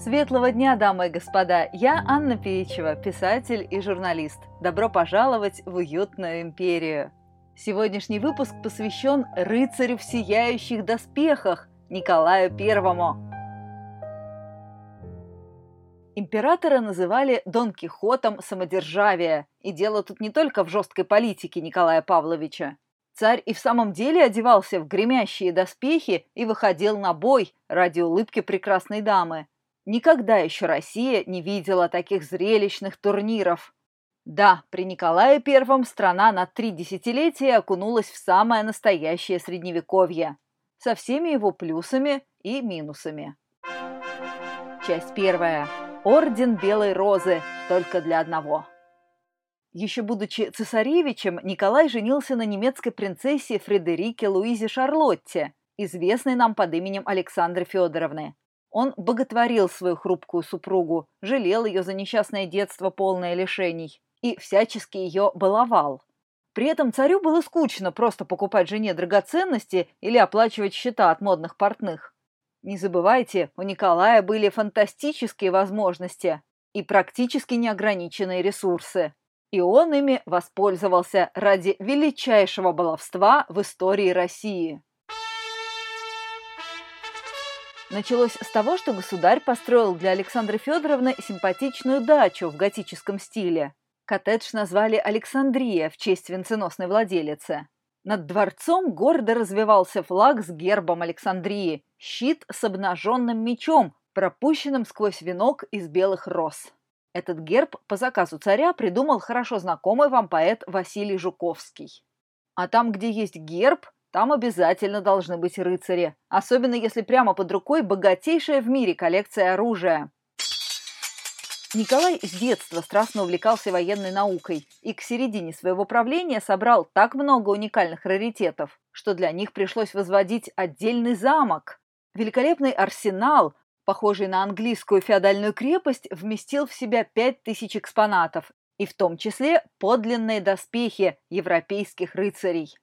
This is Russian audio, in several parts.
Светлого дня, дамы и господа! Я Анна Пеичева, писатель и журналист. Добро пожаловать в уютную империю! Сегодняшний выпуск посвящен рыцарю в сияющих доспехах Николаю Первому. Императора называли Дон Кихотом самодержавия, и дело тут не только в жесткой политике Николая Павловича. Царь и в самом деле одевался в гремящие доспехи и выходил на бой ради улыбки прекрасной дамы. Никогда еще Россия не видела таких зрелищных турниров. Да, при Николае Первом страна на 3 десятилетия окунулась в самое настоящее средневековье, со всеми его плюсами и минусами. Часть первая. Орден Белой Розы только для одного. Еще будучи цесаревичем, Николай женился на немецкой принцессе Фредерике Луизе Шарлотте, известной нам под именем Александры Федоровны. Он боготворил свою хрупкую супругу, жалел ее за несчастное детство, полное лишений, и всячески ее баловал. При этом царю было скучно просто покупать жене драгоценности или оплачивать счета от модных портных. Не забывайте, у Николая были фантастические возможности и практически неограниченные ресурсы. И он ими воспользовался ради величайшего баловства в истории России. Началось с того, что государь построил для Александры Федоровны симпатичную дачу в готическом стиле. Коттедж назвали «Александрия» в честь венценосной владелицы. Над дворцом гордо развевался флаг с гербом Александрии, щит с обнаженным мечом, пропущенным сквозь венок из белых роз. Этот герб по заказу царя придумал хорошо знакомый вам поэт Василий Жуковский. А там, где есть герб, там обязательно должны быть рыцари, особенно если прямо под рукой богатейшая в мире коллекция оружия. Николай с детства страстно увлекался военной наукой и к середине своего правления собрал так много уникальных раритетов, что для них пришлось возводить отдельный замок. Великолепный арсенал, похожий на английскую феодальную крепость, вместил в себя 5000 экспонатов, и в том числе подлинные доспехи европейских рыцарей.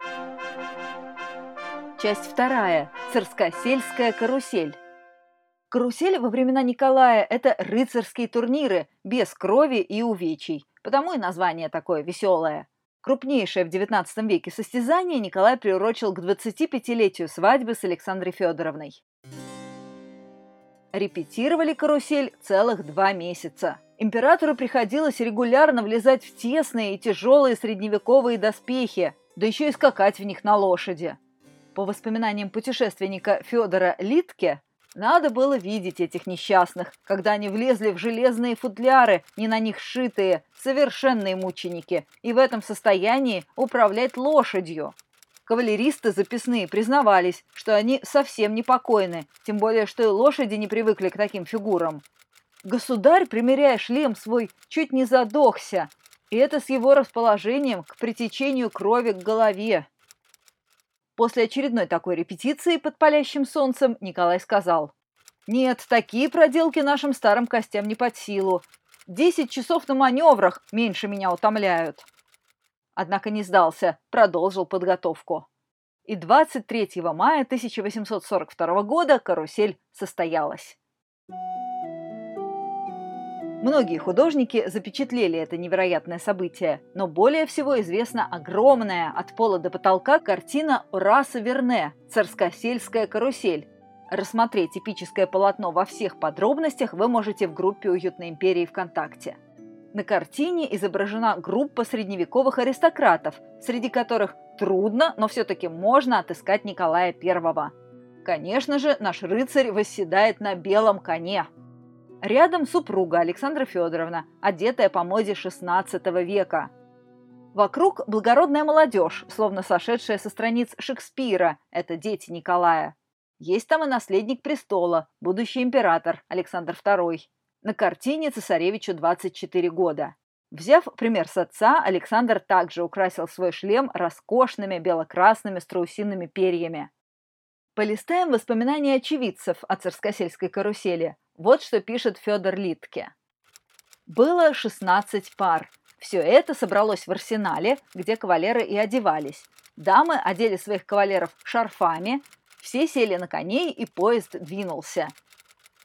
Часть вторая. Царскосельская карусель. Карусель во времена Николая – это рыцарские турниры, без крови и увечий, потому и название такое веселое. Крупнейшее в XIX веке состязание Николай приурочил к 25-летию свадьбы с Александрой Федоровной. Репетировали карусель целых 2 месяца. Императору приходилось регулярно влезать в тесные и тяжелые средневековые доспехи, да еще и скакать в них на лошади. По воспоминаниям путешественника Федора Литке, надо было видеть этих несчастных, когда они влезли в железные футляры, не на них сшитые, совершенные мученики, и в этом состоянии управлять лошадью. Кавалеристы записные признавались, что они совсем непокойны, тем более, что и лошади не привыкли к таким фигурам. Государь, примеряя шлем свой, чуть не задохся, и это с его расположением к притечению крови к голове. После очередной такой репетиции под палящим солнцем Николай сказал: «Нет, такие проделки нашим старым костям не под силу. 10 часов на маневрах меньше меня утомляют». Однако не сдался, продолжил подготовку. И 23 мая 1842 года карусель состоялась. Многие художники запечатлели это невероятное событие, но более всего известна огромная от пола до потолка картина Ораса Верне «Царскосельская карусель». Рассмотреть эпическое полотно во всех подробностях вы можете в группе «Уютной империи» ВКонтакте. На картине изображена группа средневековых аристократов, среди которых трудно, но все-таки можно отыскать Николая Первого. Конечно же, наш рыцарь восседает на белом коне. Рядом супруга Александра Федоровна, одетая по моде XVI века. Вокруг благородная молодежь, словно сошедшая со страниц Шекспира, это дети Николая. Есть там и наследник престола, будущий император Александр II. На картине цесаревичу 24 года. Взяв пример с отца, Александр также украсил свой шлем роскошными бело-красными страусиными перьями. Полистаем воспоминания очевидцев о царскосельской карусели. Вот что пишет Федор Литке. Было 16 пар. Все это собралось в арсенале, где кавалеры и одевались. Дамы одели своих кавалеров шарфами, все сели на коней, и поезд двинулся.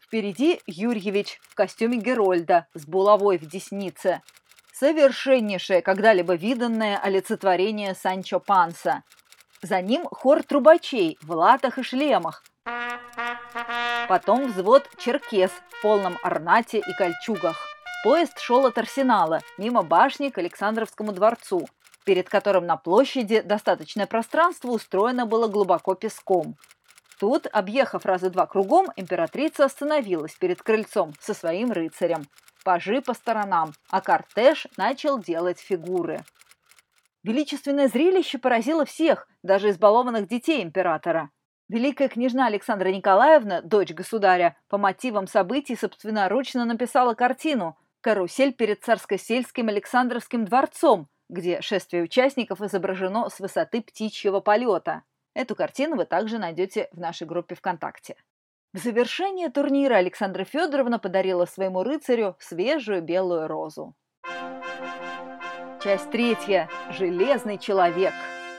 Впереди Юрьевич в костюме Герольда с булавой в деснице. Совершеннейшее когда-либо виданное олицетворение Санчо Панса. За ним хор трубачей в латах и шлемах. Потом взвод черкес в полном орнате и кольчугах. Поезд шел от Арсенала, мимо башни к Александровскому дворцу, перед которым на площади достаточное пространство устроено было глубоко песком. Тут, объехав раза два кругом, императрица остановилась перед крыльцом со своим рыцарем. Пажи по сторонам, а кортеж начал делать фигуры. Величественное зрелище поразило всех, даже избалованных детей императора. Великая княжна Александра Николаевна, дочь государя, по мотивам событий собственноручно написала картину «Карусель перед царско-сельским Александровским дворцом», где шествие участников изображено с высоты птичьего полета. Эту картину вы также найдете в нашей группе ВКонтакте. В завершение турнира Александра Федоровна подарила своему рыцарю свежую белую розу. Часть 3. Железный человек.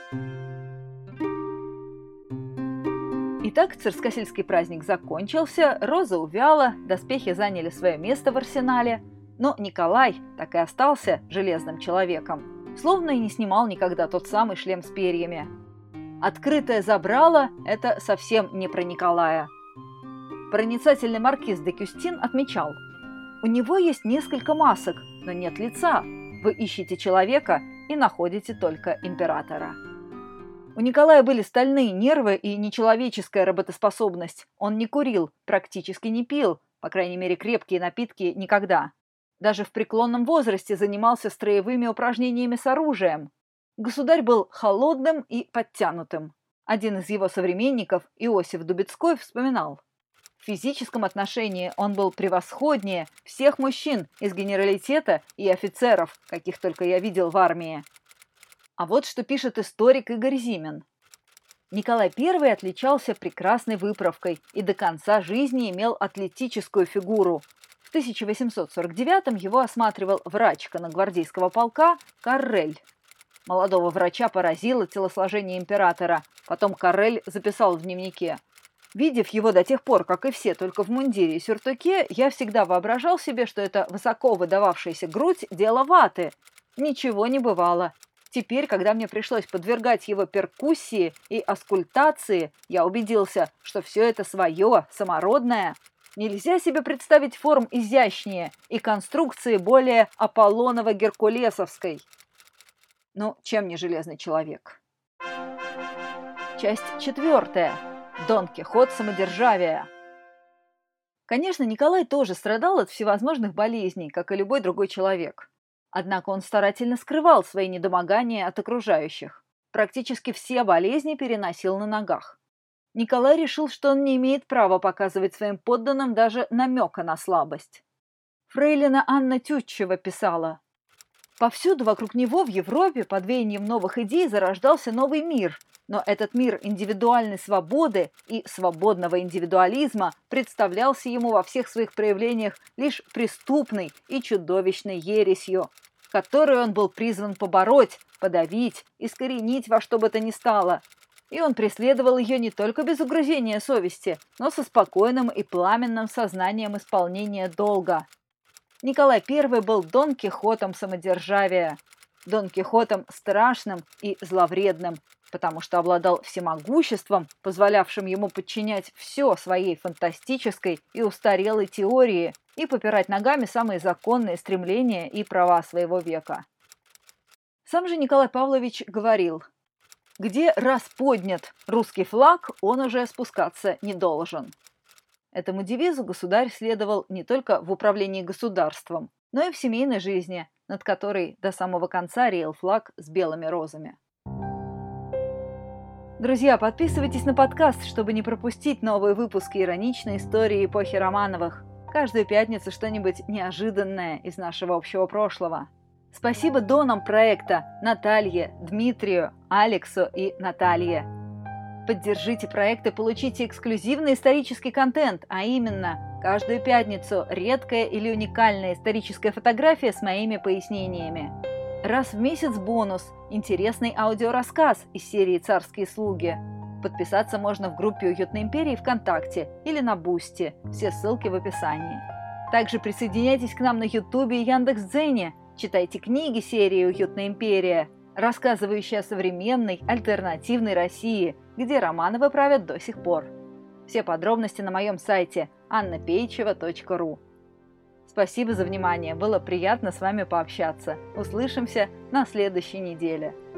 Итак, царскосельский праздник закончился, роза увяла, доспехи заняли свое место в арсенале, но Николай так и остался железным человеком, словно и не снимал никогда тот самый шлем с перьями. Открытое забрало – это совсем не про Николая. Проницательный маркиз де Кюстин отмечал: у него есть несколько масок, но нет лица. Вы ищете человека и находите только императора. У Николая были стальные нервы и нечеловеческая работоспособность. Он не курил, практически не пил, по крайней мере, крепкие напитки никогда. Даже в преклонном возрасте занимался строевыми упражнениями с оружием. Государь был холодным и подтянутым. Один из его современников, Иосиф Дубецкой, вспоминал: в физическом отношении он был превосходнее всех мужчин из генералитета и офицеров, каких только я видел в армии. А вот что пишет историк Игорь Зимин. Николай I отличался прекрасной выправкой и до конца жизни имел атлетическую фигуру. В 1849-м его осматривал врач конногвардейского полка Каррель. Молодого врача поразило телосложение императора. Потом Каррель записал в дневнике: «Видев его до тех пор, как и все, только в мундире и сюртуке, я всегда воображал себе, что это высоко выдававшаяся грудь – дело ваты. Ничего не бывало. Теперь, когда мне пришлось подвергать его перкуссии и аскультации, я убедился, что все это свое, самородное. Нельзя себе представить форм изящнее и конструкции более Аполлоново-геркулесовской». Ну, чем не железный человек? Часть 4. Дон Кихот самодержавия. Конечно, Николай тоже страдал от всевозможных болезней, как и любой другой человек. Однако он старательно скрывал свои недомогания от окружающих. Практически все болезни переносил на ногах. Николай решил, что он не имеет права показывать своим подданным даже намека на слабость. Фрейлина Анна Тютчева писала: «Повсюду вокруг него в Европе под веянием новых идей зарождался новый мир, но этот мир индивидуальной свободы и свободного индивидуализма представлялся ему во всех своих проявлениях лишь преступной и чудовищной ересью, которую он был призван побороть, подавить, искоренить во что бы то ни стало. И он преследовал ее не только без угрызения совести, но со спокойным и пламенным сознанием исполнения долга. Николай I был Дон Кихотом самодержавия, Дон Кихотом страшным и зловредным, потому что обладал всемогуществом, позволявшим ему подчинять все своей фантастической и устарелой теории и попирать ногами самые законные стремления и права своего века. Сам же Николай Павлович говорил: «Где раз поднят русский флаг, он уже спускаться не должен». Этому девизу государь следовал не только в управлении государством, но и в семейной жизни, над которой до самого конца реял флаг с белыми розами. Друзья, подписывайтесь на подкаст, чтобы не пропустить новые выпуски ироничной истории эпохи Романовых. Каждую пятницу что-нибудь неожиданное из нашего общего прошлого. Спасибо донам проекта Наталье, Дмитрию, Алексу и Наталье. Поддержите проект и получите эксклюзивный исторический контент, а именно каждую пятницу редкая или уникальная историческая фотография с моими пояснениями. Раз в месяц бонус – интересный аудиорассказ из серии «Царские слуги». Подписаться можно в группе «Уютной империи» ВКонтакте или на Бусти. Все ссылки в описании. Также присоединяйтесь к нам на Ютубе и Яндекс.Дзене. Читайте книги серии «Уютная империя», рассказывающие о современной, альтернативной России, где Романовы правят до сих пор. Все подробности на моем сайте annapeicheva.ru. Спасибо за внимание, было приятно с вами пообщаться. Услышимся на следующей неделе.